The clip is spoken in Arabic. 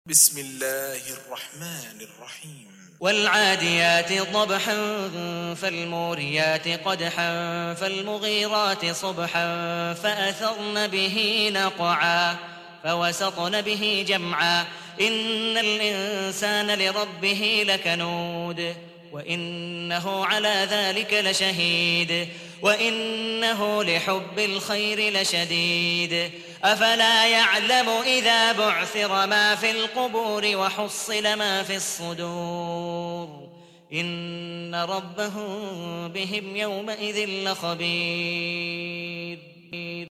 بسم الله الرحمن الرحيم والعاديات ضبحا فالموريات قدحا فالمغيرات صبحا فأثرن به نقعا فوسطن به جمعا إن الإنسان لربه لكنود وإنه على ذلك لشهيد وإنه لحب الخير لشديد أفلا يعلم إذا بعثر ما في القبور وحصل ما في الصدور إن ربهم بهم يومئذ لخبير